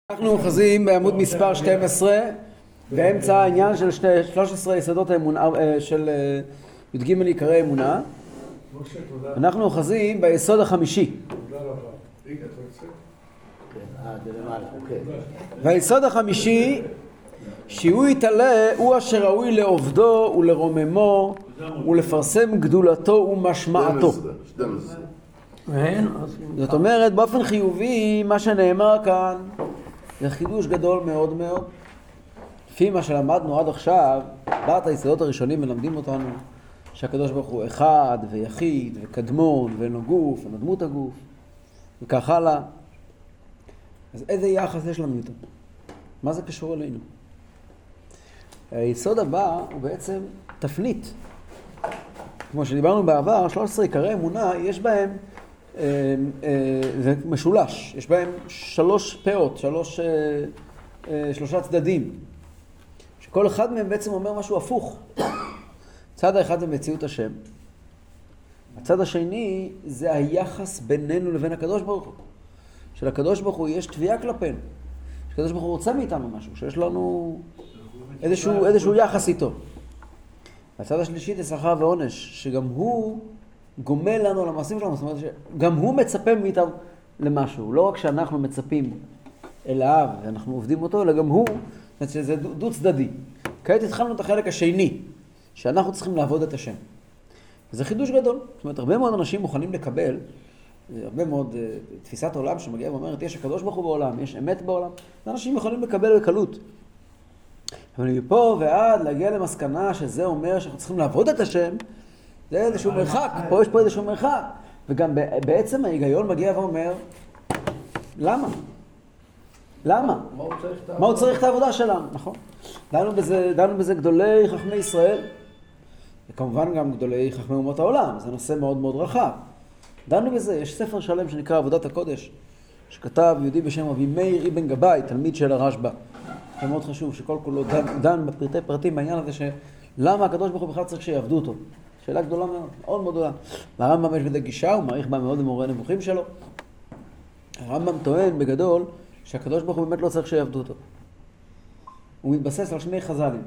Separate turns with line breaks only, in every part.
אנחנו אוחזים בעמוד מספר 12 באמצע העניין של 13 יסודות האמונה של י"ג עיקרי אמונה. אנחנו אוחזים ביסוד החמישי. והיסוד החמישי שהוא יתעלה הוא אשר ראוי לעובדו ולרוממו ולפרסם גדולתו ומשמעתו. זאת אומרת, באופן חיובי מה שנאמר כאן זה חידוש גדול מאוד מאוד. לפי מה שלמדנו עד עכשיו, ארבעת היסודות הראשונים מלמדים אותנו שהקדוש ברוך הוא אחד ויחיד וקדמון ואין לו גוף, אין לו דמות הגוף וכך הלאה. אז איזה יחס יש לנו איתו? מה זה קשור אלינו? היסוד הבא הוא בעצם תפנית. כמו שדיברנו בעבר, 13 עיקרי אמונה יש בהם זה משולש, יש בהם שלוש פאות, שלושה צדדים, שכל אחד מהם בעצם אומר משהו הפוך. הצד האחד זה מציאות השם, הצד השני זה היחס בינינו לבין הקדוש ברוך הוא. שלקדוש ברוך הוא יש תביעה כלפינו, שקדוש ברוך הוא רוצה מאיתנו משהו, שיש לנו איזשהו יחס איתו. הצד השלישי זה שכר ועונש, שגם הוא גומל לנו על המעשים שלנו, זאת אומרת שגם הוא מצפה מאיתנו למשהו, לא רק שאנחנו מצפים אליו ואנחנו עובדים אותו, אלא גם הוא, זה דו צדדי. כעת התחלנו את החלק השני, שאנחנו צריכים לעבוד את השם. וזה חידוש גדול, זאת אומרת הרבה מאוד אנשים מוכנים לקבל, הרבה מאוד תפיסת עולם שמגיעה ואומרת, יש הקדוש ברוך הוא בעולם, יש אמת בעולם, ואנשים יכולים לקבל בקלות. אבל מפה ועד להגיע למסקנה שזה אומר שאנחנו צריכים לעבוד את השם, זה איזשהו מרחק, פה יש פה איזשהו מרחק. וגם בעצם ההיגיון מגיע ואומר, למה? למה? מה הוא צריך את העבודה שלנו? נכון. דנו בזה גדולי חכמי ישראל, וכמובן גם גדולי חכמי אומות העולם, זה נושא מאוד מאוד רחב. דנו בזה, יש ספר שלם שנקרא עבודת הקודש, שכתב יהודי בשם רבי מאיר אבן גבאי, תלמיד של הרשב"א. זה מאוד חשוב שכל כולו דן בפרטי פרטים בעניין הזה שלמה הקדוש ברוך הוא בכלל צריך שיעבדו אותו. שאלה גדולה מאוד, מאוד מאוד גדולה. והרמב"ם יש בזה גישה, הוא מעריך בה מאוד במורה נבוכים שלו. הרמב"ם טוען בגדול שהקדוש ברוך הוא באמת לא צריך שיעבדו אותו. הוא מתבסס על שני חז"לים.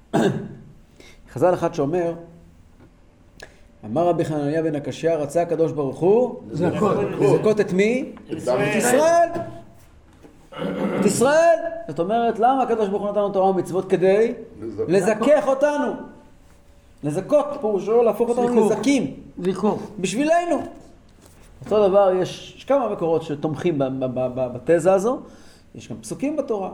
חז"ל אחד שאומר, אמר רבי חנניה בן הקשיא, רצה הקדוש ברוך הוא לזכות את מי? את ישראל. את ישראל. זאת אומרת, למה הקדוש ברוך הוא נתן לנו תורה ומצוות? כדי לזכך אותנו. לזכות, פירושו להפוך אותנו לזכים. בשבילנו. אותו דבר, יש כמה מקורות שתומכים בתזה הזו. יש גם פסוקים בתורה,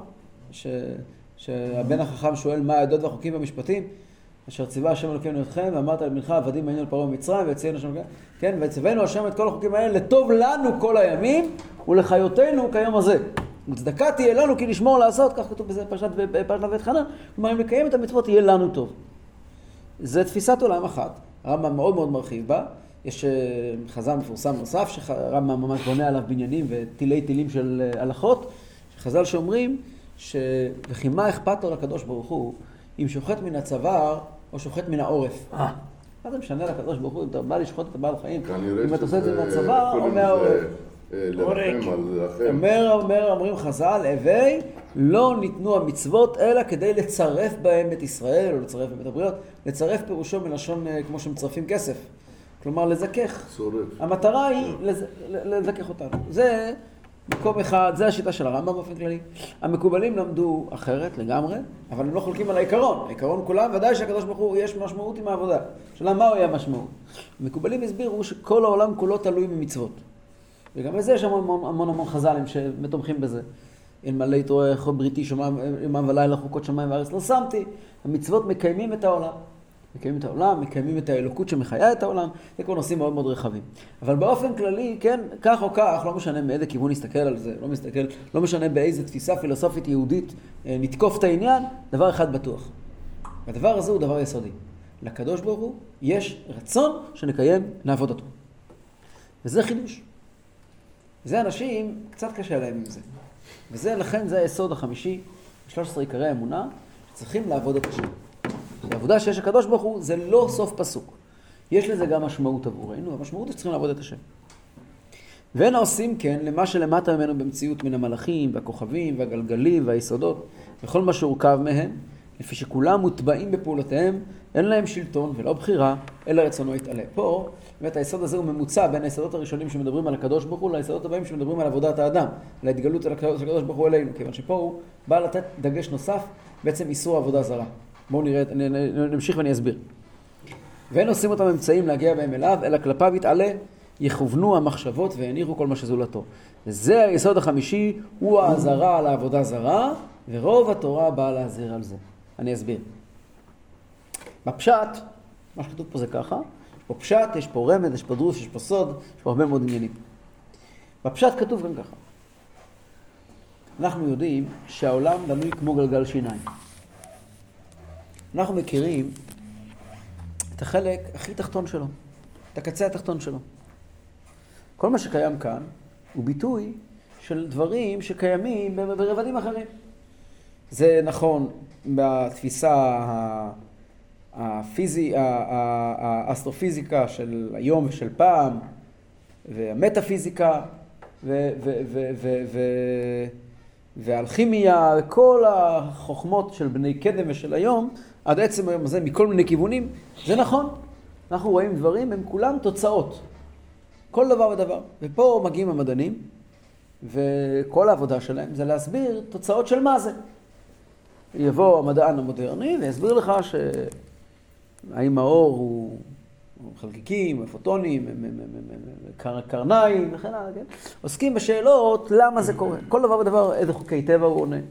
שהבן החכם שואל מה העדות והחוקים והמשפטים, אשר ציווה השם אלוקינו אתכם, ואמרת על מנחה עבדים היינו על פרעה במצרים, ויציאנו השם אלוקינו, כן, ויצווינו השם את כל החוקים האלה לטוב לנו כל הימים, ולחיותנו כיום הזה. וצדקה תהיה לנו כי לשמור לעשות, כך כתוב בזה פרשת בית חנן, כלומר אם לקיים את המצוות תהיה לנו טוב. זה תפיסת עולם אחת, הרמב"ם מאוד מאוד מרחיב בה, יש חז"ל מפורסם נוסף שהרמב"ם ממש בונה עליו בניינים וטילי טילים של הלכות, חז"ל שאומרים וכי מה אכפת לו לקדוש ברוך הוא אם שוחט מן הצוואר או שוחט מן העורף. מה זה משנה לקדוש ברוך הוא אם אתה בא לשחוט את הבעל חיים, אם אתה עושה את זה מהצוואר או מהעורף. אומרים חז"ל, הווי לא ניתנו המצוות אלא כדי לצרף בהם את ישראל או לצרף בהם את הבריות. לצרף פירושו מלשון כמו שמצרפים כסף, כלומר לזכך. המטרה היא לזכך אותנו. זה מקום אחד, זה השיטה של הרמב"ם באופן כללי. המקובלים למדו אחרת לגמרי, אבל הם לא חולקים על העיקרון. העיקרון כולם, ודאי שהקדוש ברוך הוא יש משמעות עם העבודה. שאלה מה הוא היה משמעות? המקובלים הסבירו שכל העולם כולו תלוי ממצוות. וגם בזה יש המון חז"לים שמתומכים בזה. אלמלא יתברך בריתי יומם ולילה חוקות שמיים וארץ לא שמתי. המצוות מקיימים את העולם. מקיימים את העולם, מקיימים את האלוקות שמחיה את העולם. זה כבר נושאים מאוד מאוד רחבים. אבל באופן כללי, כן, כך או כך, לא משנה מאיזה כיוון נסתכל על זה, לא משנה באיזה תפיסה פילוסופית יהודית נתקוף את העניין, דבר אחד בטוח. הדבר הזה הוא דבר יסודי. לקדוש ברוך הוא יש רצון שנקיים לעבוד אותו. וזה חידוש. זה אנשים קצת קשה להם עם זה. לכן זה היסוד החמישי, 13 עיקרי האמונה, שצריכים לעבוד את השם. העבודה שיש הקדוש ברוך הוא זה לא סוף פסוק. יש לזה גם משמעות עבורנו, המשמעות היא שצריכים לעבוד את השם. ואין העושים כן למה שלמטה ממנו במציאות מן המלאכים והכוכבים והגלגלים והיסודות וכל מה שהורכב מהם, לפי שכולם מוטבעים בפעולותיהם, אין להם שלטון ולא בחירה, אלא רצונו יתעלה. פה, באמת היסוד הזה הוא ממוצע בין היסודות הראשונים שמדברים על הקדוש ברוך הוא, ליסודות הבאים שמדברים על עבודת האדם, על ההתגלות של הקדוש ברוך הוא אלינו, כיוון שפה הוא בא לתת דגש נוסף, בעצם איסור עבודה זרה. בואו נראה, נמשיך ואני אסביר. ואין עושים אותם אמצעים להגיע בהם אליו, אלא כלפיו יתעלה, יכוונו המחשבות והניחו כל מה שזולתו. וזה היסוד החמישי, הוא העזרה על העבודה זרה, ורוב התורה באה להזהיר על זה. אני אסביר. בפשט, מה שכתוב פה זה ככה, יש פה פשט, יש פה רמז, יש פה דרוש, יש פה סוד, יש פה הרבה מאוד עניינים. בפשט כתוב גם ככה. אנחנו יודעים שהעולם בנוי כמו גלגל שיניים. אנחנו מכירים את החלק הכי תחתון שלו, את הקצה התחתון שלו. כל מה שקיים כאן הוא ביטוי של דברים שקיימים ברבדים אחרים. זה נכון בתפיסה האסטרופיזיקה של היום ושל פעם, והמטאפיזיקה, והאלכימיה, וכל החוכמות של בני קדם ושל היום, עד עצם היום הזה מכל מיני כיוונים, זה נכון. אנחנו רואים דברים, הם כולם תוצאות. כל דבר ודבר. ופה מגיעים המדענים, וכל העבודה שלהם זה להסביר תוצאות של מה זה. יבוא המדען המודרני ויסביר לך שהאם האור הוא חלקיקים, פוטונים, קרניים וכן הלאה, כן? עוסקים בשאלות למה זה קורה. כל דבר ודבר, איזה חוקי טבע הוא עונה.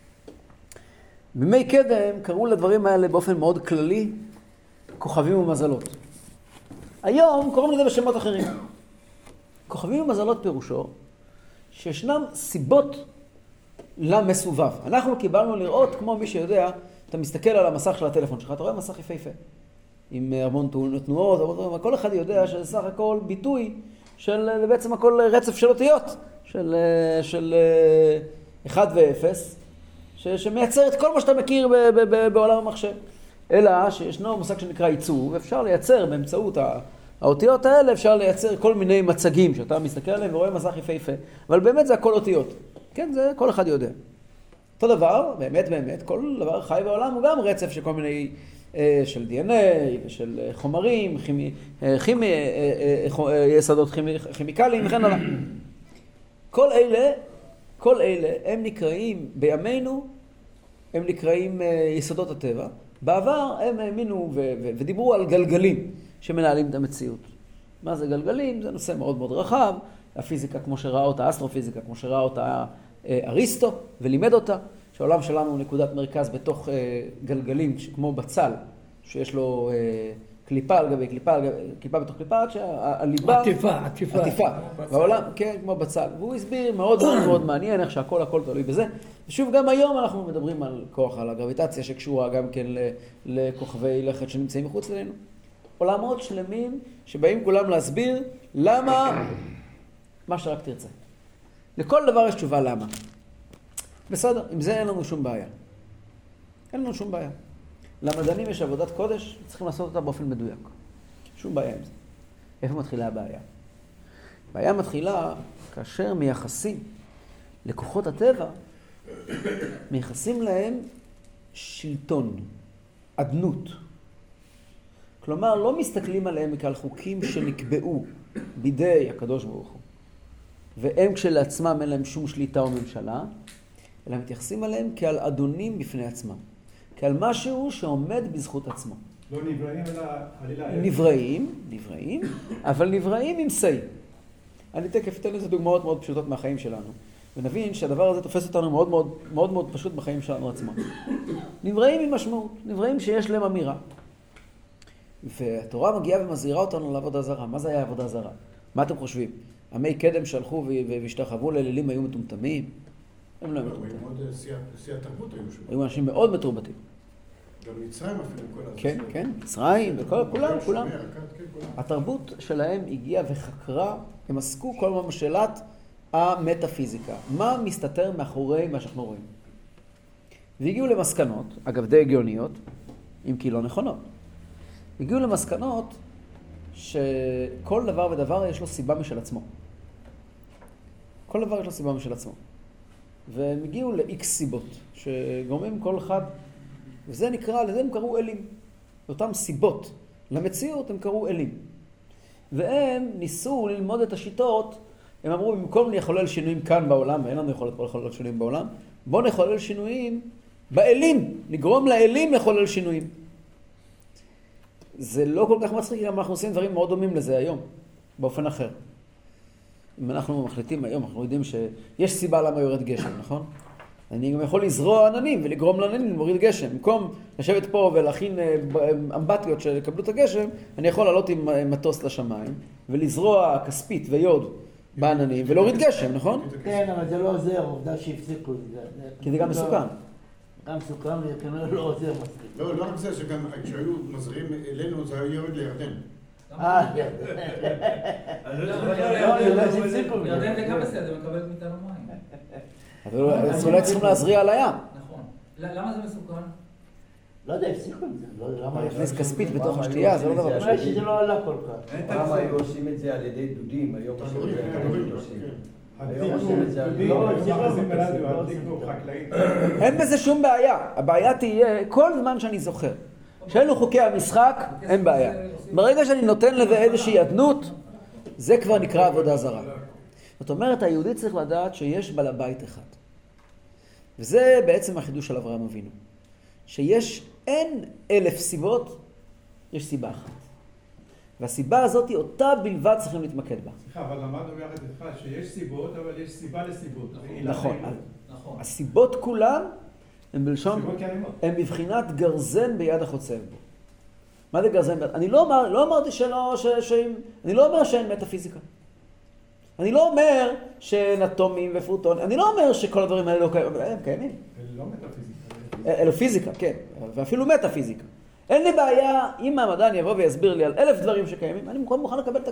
בימי קדם קראו לדברים האלה באופן מאוד כללי כוכבים ומזלות. היום קוראים לזה בשמות אחרים. כוכבים ומזלות פירושו שישנם סיבות למסובב. אנחנו קיבלנו לראות, כמו מי שיודע, אתה מסתכל על המסך של הטלפון שלך, אתה רואה מסך יפהפה. עם המון תנועות, כל אחד יודע שזה סך הכל ביטוי של בעצם הכל רצף של אותיות, של 1 ו-0, שמייצר את כל מה שאתה מכיר בעולם המחשב. אלא שישנו מושג שנקרא עיצוב, אפשר לייצר באמצעות האותיות האלה, אפשר לייצר כל מיני מצגים שאתה מסתכל עליהם ורואה מסך יפהפה, אבל באמת זה הכל אותיות. כן, זה כל אחד יודע. אותו דבר, באמת, כל דבר חי בעולם הוא גם רצף של כל מיני, של DNA ושל חומרים, יסודות כימיקליים וכן הלאה. כל אלה הם נקראים בימינו, הם נקראים יסודות הטבע. בעבר הם האמינו ודיברו על גלגלים שמנהלים את המציאות. מה זה גלגלים? זה נושא מאוד מאוד רחב. הפיזיקה כמו שראה אותה, האסטרופיזיקה כמו שראה אותה אריסטו ולימד אותה, שהעולם שלנו הוא נקודת מרכז בתוך גלגלים כמו בצל, שיש לו קליפה על גבי קליפה בתוך קליפה, עד שהליבה... עטיפה. והעולם, כן, כמו בצל. והוא הסביר מאוד מאוד מאוד מעניין איך שהכל תלוי בזה. ושוב, גם היום אנחנו מדברים על כוח, על הגרביטציה שקשורה גם כן לכוכבי לכת שנמצאים מחוץ אלינו. עולמות שלמים שבאים כולם להסביר למה, מה שרק תרצה. לכל דבר יש תשובה למה. בסדר, עם זה אין לנו שום בעיה. אין לנו שום בעיה. למדענים יש עבודת קודש, צריכים לעשות אותה באופן מדויק. שום בעיה עם זה. איפה מתחילה הבעיה? הבעיה מתחילה כאשר מייחסים לכוחות הטבע, מייחסים להם שלטון, אדנות. כלומר, לא מסתכלים עליהם כעל חוקים שנקבעו בידי הקדוש ברוך הוא. והם כשלעצמם אין להם שום שליטה או ממשלה, אלא מתייחסים עליהם כעל אדונים בפני עצמם. כעל משהו שעומד בזכות עצמו.
לא נבראים אלא עלילה.
נבראים, אבל נבראים עם סי. אני תכף אתן לזה דוגמאות מאוד פשוטות מהחיים שלנו. ונבין שהדבר הזה תופס אותנו מאוד מאוד, מאוד, מאוד פשוט בחיים שלנו עצמם. נבראים עם משמעות, נבראים שיש להם אמירה. והתורה מגיעה ומזהירה אותנו לעבודה זרה. מה זה היה עבודה זרה? מה אתם חושבים? עמי קדם שהלכו והשתחוו לאלילים היו מטומטמים? הם לא מטומטמים.
שיא התרבות היו שם.
היו אנשים מאוד מתורבתים.
גם מצרים אפילו כל הזה.
כן, מצרים, כולם. התרבות שלהם הגיעה וחקרה, הם עסקו כל הזמן בשאלת המטאפיזיקה. מה מסתתר מאחורי מה שאנחנו רואים? והגיעו למסקנות, אגב די הגיוניות, אם כי לא נכונות. הגיעו למסקנות שכל דבר ודבר יש לו סיבה משל עצמו. כל דבר יש לו סיבה משל עצמו. והם הגיעו ל-X סיבות, שגורמים כל אחד, וזה נקרא, לזה הם קראו אלים. אותם סיבות למציאות הם קראו אלים. והם ניסו ללמוד את השיטות, הם אמרו, במקום לחולל שינויים כאן בעולם, ואין לנו יכולת לחולל שינויים בעולם, בואו נחולל שינויים באלים, נגרום לאלים לחולל שינויים. זה לא כל כך מצחיק, גם אנחנו עושים דברים מאוד דומים לזה היום, באופן אחר. אם אנחנו מחליטים היום, אנחנו יודעים שיש סיבה למה יורד גשם, נכון? אני גם יכול לזרוע עננים ולגרום לעננים למוריד גשם. במקום לשבת פה ולהכין אמבטיות שיקבלו את הגשם, אני יכול לעלות עם מטוס לשמיים ולזרוע כספית ויוד בעננים ולהוריד גשם, נכון?
כן, אבל זה לא עוזר, עובדה שהפסיקו.
כי זה גם מסוכן.
גם מסוכן וכנראה לא עוזר מספיק.
לא, לא רק זה, שגם כשהיו מזרים אלינו זה היה יורד לירדן.
ירדן זה גם בסדר, מקבלת מאיתנו מים.
אז אולי צריכים להזריע על הים.
נכון. למה זה מסוכן?
לא יודע, הפסיקו עם זה. למה
להכניס כספית בתוך השתייה, זה לא דבר
נראה שזה לא עלה כל כך.
פעם היו עושים את זה על ידי דודים, היום עושים את זה על ידי דודים.
אין בזה שום בעיה. הבעיה תהיה כל זמן שאני זוכר. שאלו חוקי המשחק, אין בעיה. ברגע שאני נותן לזה איזושהי עדנות, זה כבר נקרא עבודה זרה. זאת אומרת, היהודי צריך לדעת שיש בעל הבית אחד. וזה בעצם החידוש של אברהם אבינו. אין 1000 סיבות, יש סיבה אחת. והסיבה הזאת, אותה בלבד צריכים להתמקד בה.
סליחה, אבל למדנו ביחד איתך שיש סיבות, אבל יש סיבה לסיבות.
נכון. הסיבות כולן הם בלשון, הם בבחינת גרזן ביד החוצב בו. מה זה גרזן ביד? אני לא אמרתי אני לא אומר שאין מטאפיזיקה. אני לא אומר שאין אטומים ופרוטונים, אני לא אומר שכל הדברים האלה לא קיימים, אבל הם קיימים.
לא מטאפיזיקה.
אלו פיזיקה, כן, ואפילו מטאפיזיקה. אין לי בעיה, אם המדען יבוא ויסביר לי על 1000 דברים שקיימים, אני מוכן לקבל את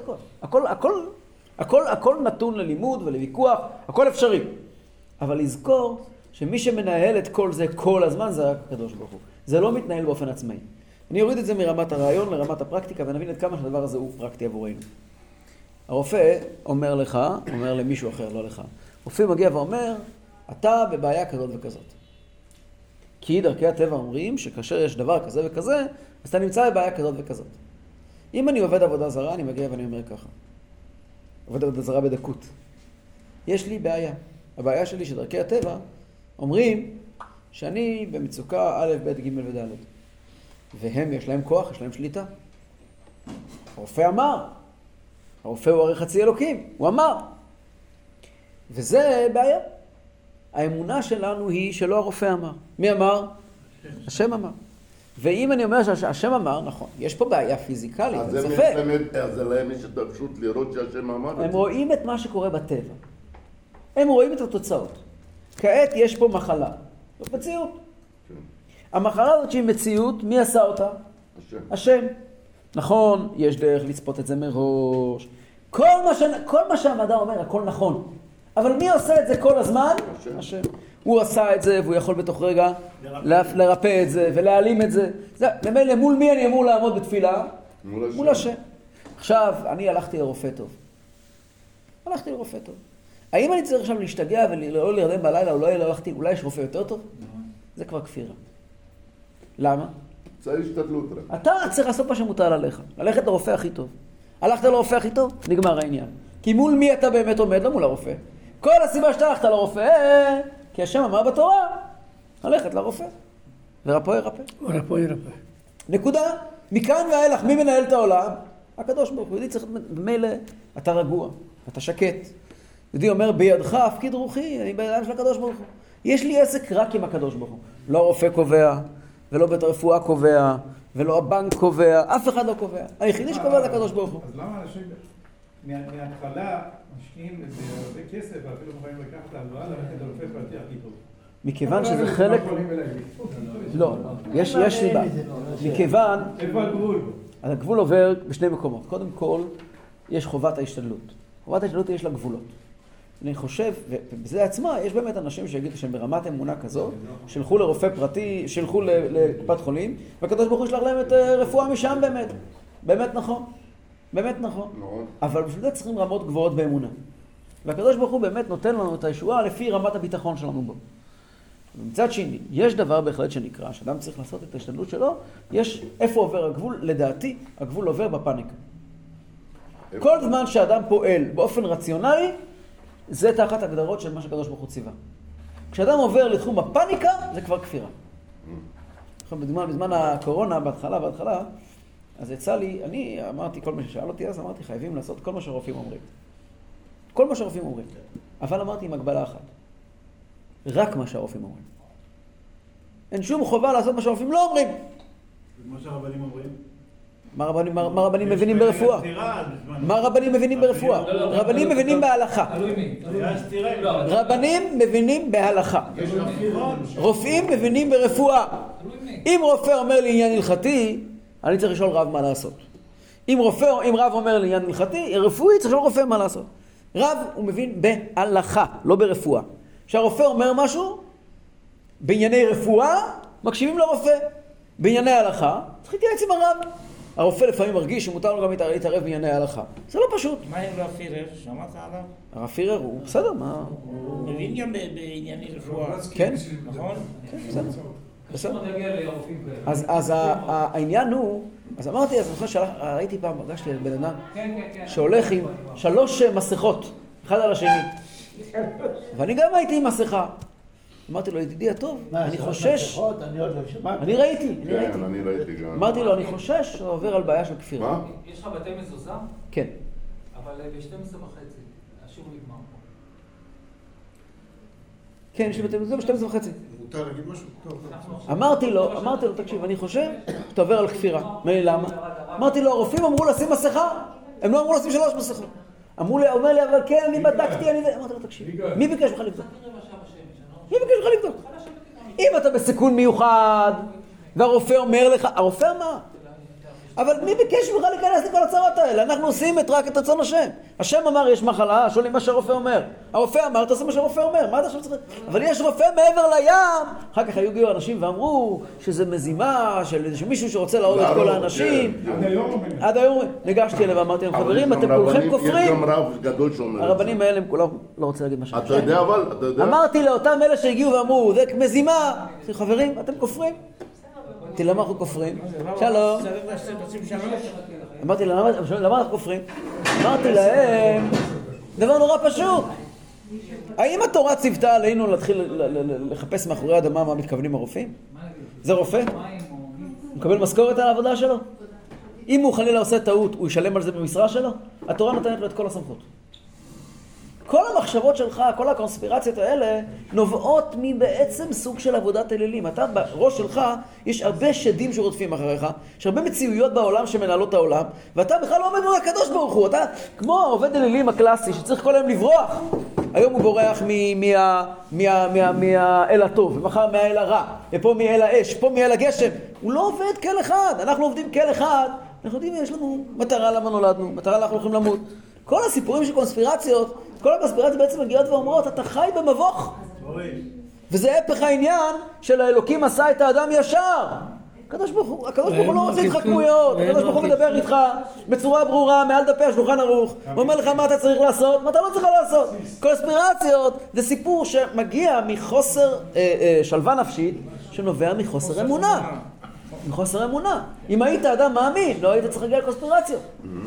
הכל נתון ללימוד ולוויכוח, הכל אפשרי. אבל לזכור שמי שמנהל את כל זה כל הזמן זה רק הקדוש ברוך הוא. זה לא מתנהל באופן עצמאי. אני אוריד את זה מרמת הרעיון לרמת הפרקטיקה ונבין עד כמה שהדבר הזה הוא פרקטי עבורנו. הרופא אומר למישהו אחר, לא לך. רופא מגיע ואומר, אתה בבעיה כזאת וכזאת. כי דרכי הטבע אומרים שכאשר יש דבר כזה וכזה, אז אתה נמצא בבעיה כזאת וכזאת. אם אני עובד עבודה זרה, אני מגיע ואני אומר ככה. עובד עבודה זרה בדקות. יש לי בעיה. הבעיה שלי שדרכי הטבע אומרים שאני במצוקה א', ב', ג' וד'. והם יש להם כוח, יש להם שליטה. הרופא אמר. הרופא הוא הרי חצי אלוקים. הוא אמר. וזה בעיה. האמונה שלנו היא שלא הרופא אמר. מי אמר? השם אמר. ואם אני אומר שהשם אמר, נכון, יש פה בעיה פיזיקלית, אין ספק.
אז להם יש את האפשרות לראות שהשם אמר את זה.
הם רואים את מה שקורה בטבע. הם רואים את התוצאות. כעת יש פה מחלה. זאת מציאות. המחלה הזאת שהיא מציאות, מי עשה אותה? השם. נכון, יש דרך לצפות את זה מראש. כל מה שהמדע אומר, הכל נכון. אבל מי עושה את זה כל הזמן? השם. הוא עשה את זה, והוא יכול בתוך רגע לרפא את זה ולהעלים את זה. במילא, מול מי אני אמור לעמוד בתפילה? מול השם. עכשיו, אני הלכתי לרופא טוב. האם אני צריך עכשיו להשתגע ולא להירדם בלילה, או לא הלכתי, אולי יש רופא יותר טוב? זה כבר כפירה. למה?
צריך השתדלות רק.
אתה צריך לעשות מה שמוטל עליך. ללכת לרופא הכי טוב. הלכת לרופא הכי טוב? נגמר העניין. כי מול מי אתה באמת עומד? לא מול הרופא. כל הסיבה שאתה הלכת לרופא, כי השם אמר בתורה, ללכת לרופא. ורפוא ירפא. נקודה. מכאן ואילך, מי מנהל את העולם? הקדוש ברוך הוא. יהודי צריך, במילא, אתה רגוע, אתה שקט. יהודי אומר, בידך הפקיד רוחי, אני בידיים של הקדוש ברוך הוא. יש לי עסק רק עם הקדוש ברוך הוא. לא הרופא קובע, ולא בית הרפואה קובע, ולא הבנק קובע, אף אחד לא קובע. היחידי שקובע זה הקדוש ברוך הוא.
אז למה אנשים מההתחלה משקיעים הרבה כסף, ואפילו מוכנים לקחת הלוואה ללכת לרופא פרטי הכי טוב?
מכיוון שזה חלק... לא, יש סיבה. מכיוון...
איפה הגבול?
הגבול עובר בשני מקומות. קודם כל, יש חובת ההשתדלות. חובת ההשתדלות יש לה גבולות. אני חושב, ובזה עצמה, יש באמת אנשים שיגידו שהם ברמת אמונה כזאת, שלחו לרופא פרטי, שלחו לקופת חולים, והקדוש ברוך הוא ישלח להם את רפואה משם באמת. באמת נכון. אבל בשביל זה צריכים רמות גבוהות באמונה. והקדוש ברוך הוא באמת נותן לנו את הישועה לפי רמת הביטחון שלנו בו. ומצד שני, יש דבר בהחלט שנקרא, שאדם צריך לעשות את ההשתדלות שלו, יש איפה עובר הגבול, לדעתי, הגבול עובר בפאניקה. כל זמן שאדם פועל באופן רציונלי, זה תחת הגדרות של מה שהקדוש ברוך הוא ציווה. כשאדם עובר לתחום הפאניקה, זה כבר כפירה. בזמן הקורונה, בהתחלה, אז יצא לי, אני אמרתי, כל מה ששאל אותי אז, אמרתי, חייבים לעשות כל מה שהרופאים אומרים. כל מה שהרופאים אומרים. אבל אמרתי עם הגבלה אחת. רק מה שהרופאים אומרים. אין שום חובה לעשות מה שהרופאים לא אומרים.
מה שהרבנים אומרים?
מה רבנים מבינים ברפואה? מה רבנים מבינים ברפואה? רבנים מבינים בהלכה. רבנים מבינים בהלכה. רופאים מבינים ברפואה. אם רופא אומר לי עניין הלכתי, אני צריך לשאול רב מה לעשות. אם רב אומר לי עניין הלכתי, רפואי צריך לשאול רופא מה לעשות. רב הוא מבין בהלכה, לא ברפואה. כשהרופא אומר משהו, בענייני רפואה, מקשיבים לרופא. בענייני הלכה, צריך להתייעץ עם הרב. הרופא לפעמים מרגיש שמותר לו גם להתערב בענייני ההלכה. זה לא פשוט.
מה עם הרב פירר? שמעת עליו?
הרב פירר הוא בסדר, מה?
הוא מבין גם בענייני רפואה.
כן?
נכון?
כן, בסדר. אז העניין הוא, אז אמרתי, אז ראיתי פעם, פגשתי בן אדם שהולך עם 3 מסכות, אחד על השני. ואני גם הייתי עם מסכה. אמרתי לו, ידידי הטוב, אני חושש. אני ראיתי.
כן, אני ראיתי גם.
אמרתי לו, אני חושש שהוא עובר על בעיה של כפירה.
מה?
יש לך בתי מזוזה?
כן.
אבל ב-12:30, השיעור נגמר.
כן, יש לי בתי מזוזה ב-12:30.
מותר להגיד משהו? טוב.
אמרתי לו, תקשיב, אני חושב שאתה עובר על כפירה. למה? אמרתי לו, הרופאים אמרו לשים מסכה, הם לא אמרו לשים 3 מסכות. אמרו לי, אומר לי, אבל כן, אני בדקתי, אמרתי לו, תקשיב, מי ביקש לך לבדוק? מי ביקש לך לבדוק? אם אתה בסיכון מיוחד, והרופא אומר לך, הרופא אמר, אבל מי ביקש ממך להיכנס לכל הצרות האלה? אנחנו עושים רק את רצון השם. השם אמר יש מחלה, שואלים מה שהרופא אומר. הרופא אמר, תעשה מה שהרופא אומר, מה אתה עכשיו צריך? אבל יש רופא מעבר לים. אחר כך היו אנשים ואמרו שזה מזימה, שמישהו שרוצה להוריד את כל האנשים. עד היום ניגשתי אליו ואמרתי להם, חברים, אתם כולכם כופרים.
יש גם רב גדול שאומר.
הרבנים האלה הם כולם לא רוצה להגיד מה שאני
אתה יודע אבל, אתה יודע.
אמרתי לאותם אלה שהגיעו ואמרו, זה מזימה. חברים, אתם כופרים? אמרתי, למה אנחנו כופרים? שלום. אמרתי, למה אנחנו כופרים? אמרתי להם, דבר נורא פשוט. האם התורה ציוותה עלינו להתחיל לחפש מאחורי האדמה מה מתכוונים הרופאים? זה רופא? הוא מקבל משכורת על העבודה שלו? אם הוא חלילה עושה טעות, הוא ישלם על זה במשרה שלו? התורה נותנת לו את כל הסמכות. כל המחשבות שלך, כל הקונספירציות האלה, נובעות מבעצם סוג של עבודת אלילים. אתה בראש שלך, יש הרבה שדים שרודפים אחריך, יש הרבה מציאויות בעולם שמנהלות את העולם, ואתה בכלל לא עומד מול הקדוש ברוך הוא. אתה כמו העובד אלילים הקלאסי, שצריך כל היום לברוח. היום הוא בורח מהאל הטוב, ומחר מהאל הרע, ופה מהאל האש, פה מהאל הגשם. הוא לא עובד כל אחד. אנחנו עובדים כל אחד. אנחנו יודעים, יש לנו מטרה למה נולדנו, מטרה אנחנו הולכים למות. כל הסיפורים של קונספירציות, כל הקונספירציות בעצם מגיעות ואומרות, אתה חי במבוך. וזה הפך העניין של האלוקים עשה את האדם ישר. הקדוש ברוך הוא לא רוצה התחכמויות, הקדוש ברוך הוא מדבר איתך בצורה ברורה, מעל דפי השולחן ערוך, הוא אומר לך מה אתה צריך לעשות, מה אתה לא צריך לעשות. קונספירציות זה סיפור שמגיע מחוסר שלווה נפשית, שנובע מחוסר אמונה. מחוסר אמונה. אם היית אדם מאמין, לא היית צריך להגיע לקונספירציות.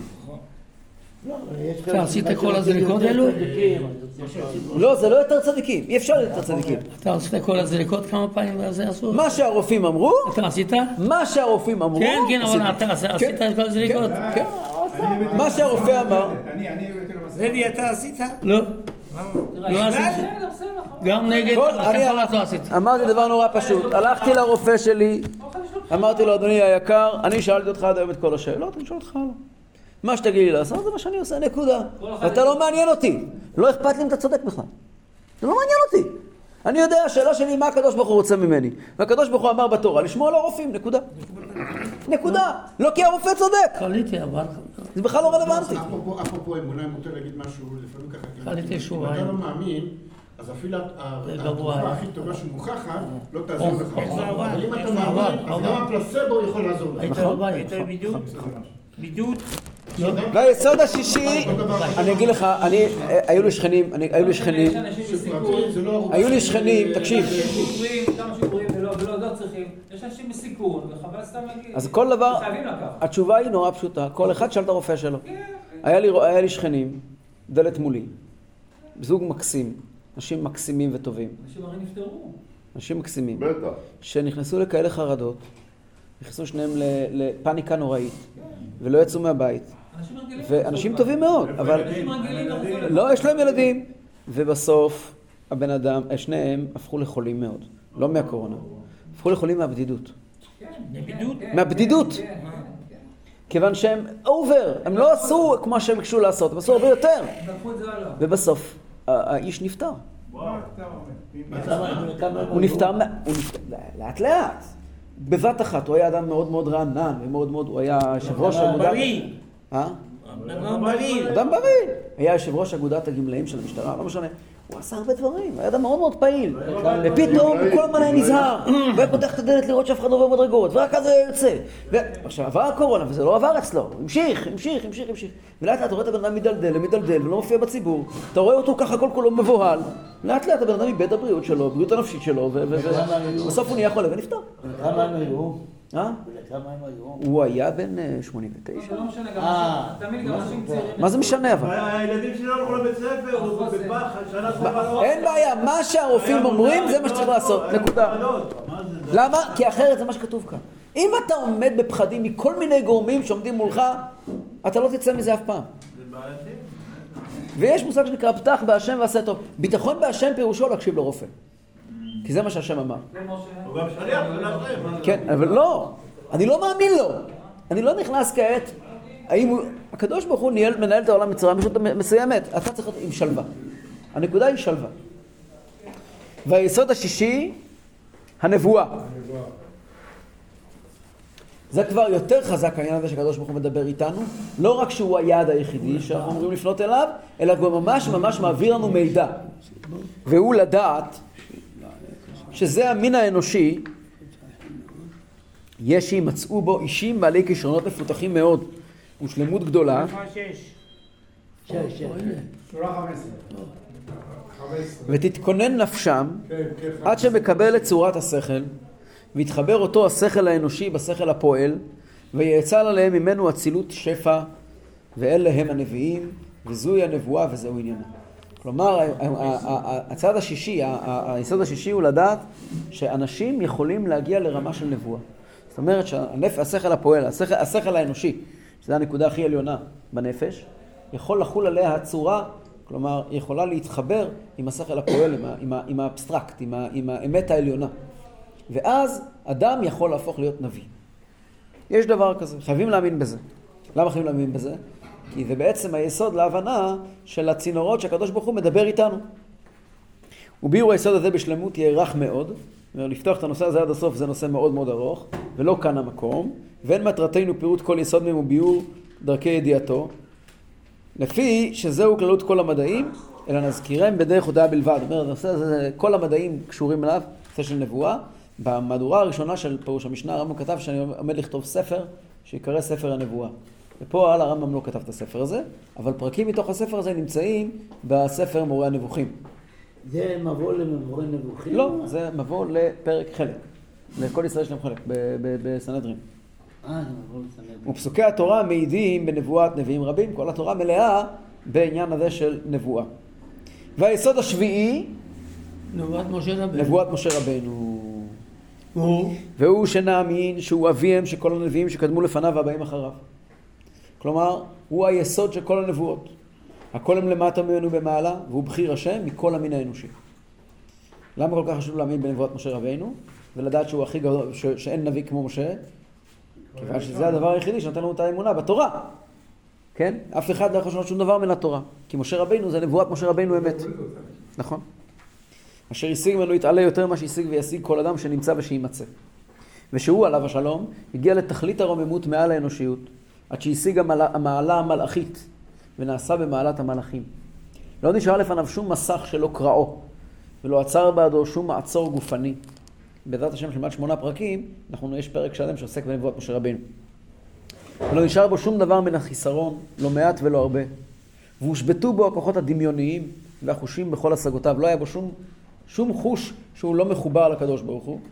אתה עשית כל הזריקות האלו?
לא, זה לא יותר צדיקים, אי אפשר יותר צדיקים.
אתה עשית כל הזריקות כמה פעמים וזה עשו?
מה שהרופאים אמרו,
אתה עשית?
מה שהרופאים אמרו,
כן, כן, אבל אתה עשית את כל הזריקות?
כן, מה שהרופא אמר.
רבי, אתה עשית?
לא. לא עשית. גם נגד הכפרת לא עשית.
אמרתי דבר נורא פשוט, הלכתי לרופא שלי, אמרתי לו, אדוני היקר, אני שאלתי אותך עד היום את כל השאלות, אני שואל אותך הלאה. מה שתגיד לי לעשות זה מה שאני עושה, נקודה. אתה לא מעניין אותי. לא אכפת לי אם אתה צודק בכלל. זה לא מעניין אותי. אני יודע, השאלה שלי מה הקדוש ברוך הוא רוצה ממני. והקדוש ברוך הוא אמר בתורה, לשמוע על הרופאים, נקודה. נקודה. לא כי הרופא צודק.
חליתי, אבל...
זה בכלל לא רלוונטי.
אפרופו אמונה, אם מותר להגיד משהו לפעמים ככה.
חליתי שוב.
אם אתה לא מאמין, אז אפילו התרופה הכי טובה שמוכחת לא תעזור לך. אבל אם אתה מאמין, אז גם הפלסבו יכול לעזור לך.
היית בבידוד? בידוד?
והיסוד השישי, אני אגיד לך, היו לי שכנים, תקשיב.
כמה שיעורים ולא צריכים, יש אנשים בסיכון, וחבל סתם להגיד.
אז כל דבר,
חייבים לקחת.
התשובה היא נורא פשוטה, כל אחד שאל את הרופא שלו. היה לי שכנים, דלת מולי, זוג מקסים, אנשים מקסימים וטובים.
אנשים הרי נפטרו.
אנשים מקסימים.
בטח.
שנכנסו לכאלה חרדות, נכנסו שניהם לפאניקה נוראית, ולא יצאו מהבית. ואנשים טובים מאוד, אבל לא, יש להם ילדים. ובסוף הבן אדם, שניהם הפכו לחולים מאוד, לא מהקורונה, הפכו לחולים מהבדידות. מהבדידות. כיוון שהם אובר, הם לא עשו כמו שהם ביקשו לעשות, הם עשו הרבה יותר. ובסוף האיש נפטר. הוא נפטר לאט לאט. בבת אחת, הוא היה אדם מאוד מאוד רענן, הוא היה יושב ראש אגודת... אדם בריא. היה יושב ראש אגודת הגמלאים של המשטרה, לא משנה. הוא עשה הרבה דברים, היה אדם מאוד מאוד פעיל. ופתאום הוא כל הזמן היה נזהר. והיה פותח את הדלת לראות שאף אחד לא עובר מדרגות, ורק אז היה יוצא. עכשיו עבר הקורונה, וזה לא עבר אצלו. המשיך. ולאט לאט אתה רואה את הבן אדם מדלדל, ולא מופיע בציבור. אתה רואה אותו ככה כל כולו מבוהל. לאט לאט הבן אדם איבד הבריאות שלו, הבריאות הנפשית שלו, ובסוף הוא נהיה חולה ונפטר.
כמה הם היו?
כמה הם היו? הוא היה בן 89.
לא משנה, תמיד גם אנשים צעירים.
מה זה משנה אבל?
הילדים שלי לא הולכו לבית ספר, הוא בפחד, שנה טובה.
אין בעיה, מה שהרופאים אומרים זה מה שצריך לעשות, נקודה. למה? כי אחרת זה מה שכתוב כאן. אם אתה עומד בפחדים מכל מיני גורמים שעומדים מולך, אתה לא תצא מזה אף פעם. ויש מושג שנקרא פתח בהשם ועשה טוב. ביטחון בהשם פירושו להקשיב לרופא. כי זה מה שהשם אמר.
הוא גם שליח,
כן, אבל לא. אני לא מאמין לו. אני לא נכנס כעת. הקדוש ברוך הוא מנהל את העולם בצורה מסוימת. אתה צריך להיות עם שלווה. הנקודה היא שלווה. והיסוד השישי, הנבואה. זה כבר יותר חזק העניין הזה שהקדוש ברוך הוא מדבר איתנו. לא רק שהוא היעד היחידי שאנחנו אמורים לפנות אליו, אלא הוא ממש מעביר לנו מידע. והוא לדעת שזה המין האנושי, יש שימצאו בו אישים בעלי כישרונות מפותחים מאוד ושלמות גדולה.
שורה
15.
ותתכונן נפשם עד שמקבל את צורת השכל, ויתחבר אותו השכל האנושי בשכל הפועל, ויצא עליהם ממנו אצילות שפע, ואלה הם הנביאים, וזוהי הנבואה וזהו עניינה. כלומר, הצד השישי, היסוד השישי הוא לדעת שאנשים יכולים להגיע לרמה של נבואה. זאת אומרת שהשכל הפועל, השכל האנושי, שזו הנקודה הכי עליונה בנפש, יכול לחול עליה הצורה, כלומר, היא יכולה להתחבר עם השכל הפועל, עם האבסטרקט, עם האמת העליונה. ואז אדם יכול להפוך להיות נביא. יש דבר כזה, חייבים להאמין בזה. למה חייבים להאמין בזה? כי זה בעצם היסוד להבנה של הצינורות שהקדוש ברוך הוא מדבר איתנו. וביאור היסוד הזה בשלמות יארך מאוד. לפתוח את הנושא הזה עד הסוף זה נושא מאוד מאוד ארוך, ולא כאן המקום. ואין מטרתנו פירוט כל יסוד מהם וביאור דרכי ידיעתו. לפי שזהו כללות כל המדעים, אלא נזכירם בדרך הודעה בלבד. זאת אומרת, הנושא הזה, כל המדעים קשורים אליו, נושא של נבואה. במהדורה הראשונה של פירוש המשנה, הרמב"ם כתב שאני עומד לכתוב ספר שיקרא ספר הנבואה. ופה הרמב"ם לא כתב את הספר הזה, אבל פרקים מתוך הספר הזה נמצאים בספר מורה הנבוכים.
זה מבוא למורה נבוכים?
לא, זה מבוא לפרק חלק. לכל ישראל שלהם חלק, בסנהדרין.
זה מבוא לסנהדרין.
ופסוקי התורה מעידים בנבואת נביאים רבים, כל התורה מלאה בעניין הזה של נבואה. והיסוד השביעי, נבואת משה רבנו. והוא שנאמין שהוא אביהם של כל הנביאים שקדמו לפניו והבאים אחריו. כלומר, הוא היסוד של כל הנבואות. הכל הם למטה ממנו במעלה, והוא בחיר השם מכל המין האנושי. למה כל כך חשוב להאמין בנבואת משה רבנו? ולדעת שהוא הכי גדול, שאין נביא כמו משה? כיוון שזה הדבר היחידי שנותן לנו את האמונה בתורה. כן? אף אחד לא יכול לשנות שום דבר מן התורה. כי משה רבנו זה נבואת משה רבנו אמת. נכון? אשר השיג ממנו יתעלה יותר מה שהשיג וישיג כל אדם שנמצא ושימצא. ושהוא עליו השלום הגיע לתכלית הרוממות מעל האנושיות, עד שהשיג המעלה המלאכית ונעשה במעלת המלאכים. לא נשאר לפניו שום מסך שלא קראו, ולא עצר בעדו שום מעצור גופני. בעזרת השם של מעט 8 פרקים, יש פרק שלם שעוסק בנבואת משה רבנו. ולא נשאר בו שום דבר מן החיסרון, לא מעט ולא הרבה. והושבתו בו הכוחות הדמיוניים והחושים בכל השגותיו. לא היה בו שום חוש שהוא לא מחובר לקדוש ברוך הוא.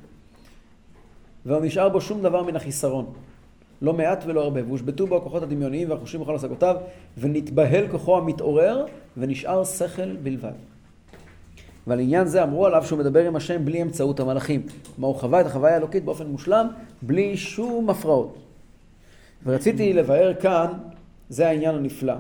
ולא נשאר בו שום דבר מן החיסרון, לא מעט ולא הרבה. והושבתו בו הכוחות הדמיוניים והחושים בכל השגותיו, ונתבהל כוחו המתעורר, ונשאר שכל בלבד. ועל עניין זה אמרו עליו שהוא מדבר עם השם בלי אמצעות המלאכים. מה הוא חווה את החוויה האלוקית באופן מושלם, בלי שום הפרעות. ורציתי לבאר כאן, זה העניין הנפלא.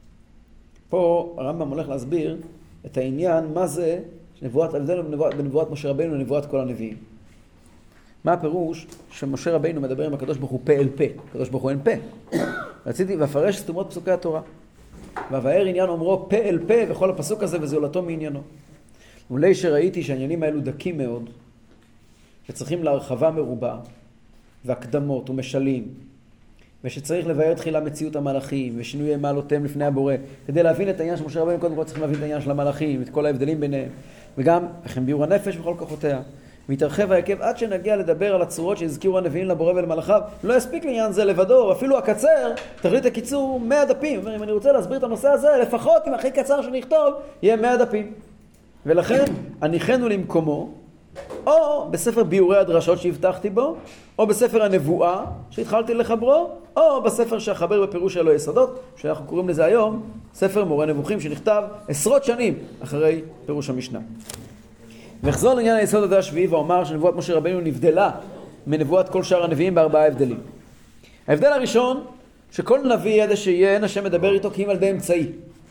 פה הרמב"ם הולך להסביר את העניין, מה זה ההבדל בנבואת משה רבינו לנבואת כל הנביאים. מה הפירוש שמשה רבינו מדבר עם הקדוש ברוך הוא פה אל פה, הקדוש ברוך הוא אין פה. רציתי לפרש סתומות פסוקי התורה. והבאר עניין אומרו פה אל פה וכל הפסוק הזה וזולתו מעניינו. אולי שראיתי שהעניינים האלו דקים מאוד, שצריכים להרחבה מרובה, והקדמות ומשלים, ושצריך לבאר תחילה מציאות המלאכים, ושינויי מעלותיהם לפני הבורא, כדי להבין את העניין שמשה רבינו קודם כל צריכים להבין את העניין של המלאכים, את כל ההבדלים ביניהם, וגם וכן ביאור הנפש וכל כוחותיה. מתרחב ההיקף עד שנגיע לדבר על הצורות שהזכירו הנביאים לבורא ולמלאכיו. לא יספיק לעניין זה לבדו, אפילו הקצר, תכלית הקיצור 100 דפים. אם אני רוצה להסביר את הנושא הזה, לפחות אם הכי קצר שנכתוב, יהיה 100 דפים. ולכן, הניחנו למקומו, או בספר ביאורי הדרשות שהבטחתי בו, או בספר הנבואה שהתחלתי לחברו, או בספר שאחבר בפירוש אלוהי יסודות, שאנחנו קוראים לזה היום, ספר מורה נבוכים שנכתב עשרות שנים אחרי פירוש המשנה. ואחזור לעניין היסוד הזה השביעי ואומר שנבואת משה רבינו נבדלה מנבואת כל שאר הנביאים בארבעה הבדלים. ההבדל הראשון, שכל נביא ידע שיהיה, אין השם מדבר איתו כי אם על ידי אמצעי.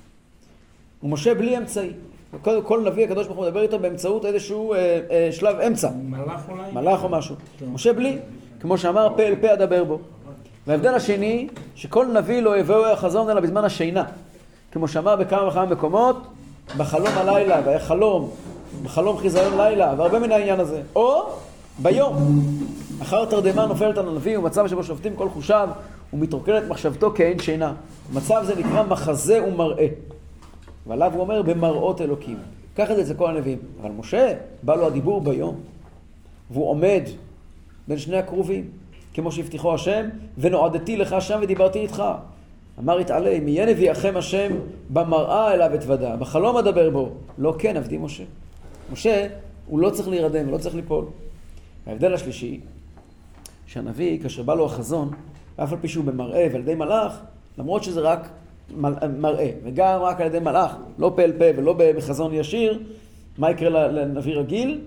ומשה בלי אמצעי. כל נביא הקדוש ברוך הוא מדבר איתו באמצעות איזשהו שלב אמצע.
מלאך אולי?
מלאך או משהו. משה בלי, כמו שאמר פה אל פה אדבר בו. וההבדל השני, שכל נביא לא יבואו החזון אלא בזמן השינה. כמו שאמר בכמה וכמה מקומות, בחלום הלילה, והיה חלום, בחלום חיזיון לילה, והרבה מן העניין הזה. או ביום, אחר תרדמה נופלת על הנביא, ומצב שבו שופטים כל חושיו, ומתרוקנת מחשבתו כאין שינה. מצב זה נקרא מחזה ומראה. ועליו הוא אומר במראות אלוקים. ככה זה אצל כל הנביאים. אבל משה, בא לו הדיבור ביום, והוא עומד בין שני הקרובים, כמו שהבטיחו השם, ונועדתי לך שם ודיברתי איתך. אמר יתעלה, אם יהיה נביאכם השם במראה אליו אתוודה, בחלום אדבר בו. לא כן, עבדי משה. משה, הוא לא צריך להירדם, הוא לא צריך ליפול. ההבדל השלישי, שהנביא, כאשר בא לו החזון, אף על פי שהוא במראה ועל ידי מלאך, למרות שזה רק מראה, וגם רק על ידי מלאך, לא פה אל פה ולא בחזון ישיר, מה יקרה לנביא רגיל?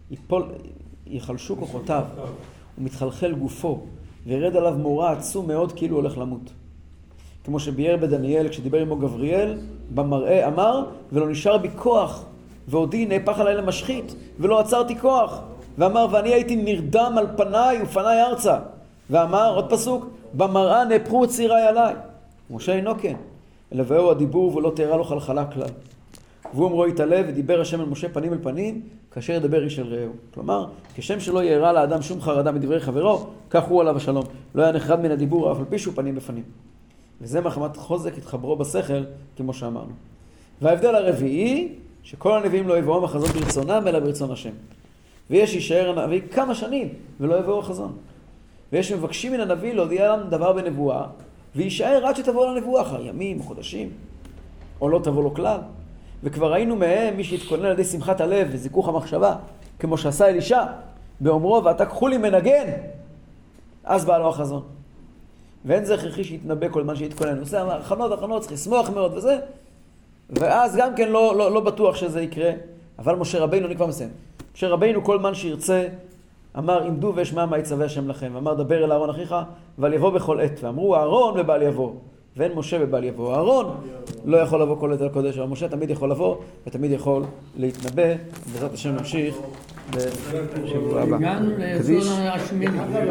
יחלשו כוחותיו, הוא מתחלחל גופו, וירד עליו מורא עצום מאוד כאילו הולך למות. כמו שביאר בדניאל, כשדיבר עמו גבריאל, במראה אמר, ולא נשאר בי כוח, ועודי נהפך עליי למשחית, ולא עצרתי כוח. ואמר, ואני הייתי נרדם על פניי ופניי ארצה. ואמר, עוד פסוק, במראה נהפכו ציריי עליי. משה אינו כן, אלא והוא הדיבור ולא תארה לו חלחלה כלל. והוא אמרו יתעלה ודיבר השם אל משה פנים אל פנים, כאשר ידבר איש אל רעהו. כלומר, כשם שלא יארה לאדם שום חרדה מדברי חברו, כך הוא עליו השלום. לא היה נחרד מן הדיבור, אף על פי שהוא פנים בפנים. וזה מחמת חוזק התחברו בשכל, כמו שאמרנו. וההבדל הרביעי, שכל הנביאים לא יבואו החזון ברצונם, אלא ברצון השם. ויש יישאר הנביא כמה שנים, ולא יבואו החזון. ויש מבקשים מן הנביא להודיע להם דבר בנבואה, ויישאר עד שתבוא לנבואה אחר ימים או חודשים, או לא תבוא לו כלל. וכבר ראינו מהם מי שהתכונן על ידי שמחת הלב וזיכוך המחשבה, כמו שעשה אלישע, באומרו, ואתה קחו לי מנגן, אז בא לו החזון. ואין זה הכרחי שיתנבא כל זמן שיתכונן. הוא עושה הכנות, צריך לשמוח מאוד וזה, ואז גם כן לא בטוח שזה יקרה. אבל משה רבינו, אני כבר מסיים. משה רבינו כל זמן שירצה, אמר, עמדו ואשמע מה יצווה השם לכם. אמר, דבר אל אהרון אחיך, ועל יבוא בכל עת. ואמרו, אהרון ובעל יבוא. ואין משה ובעל יבוא. אהרון לא יכול לבוא כל עת על קודש, אבל משה תמיד יכול לבוא, ותמיד יכול להתנבא. בעזרת השם נמשיך בשבוע הבא.
הגענו לאזור השמיני.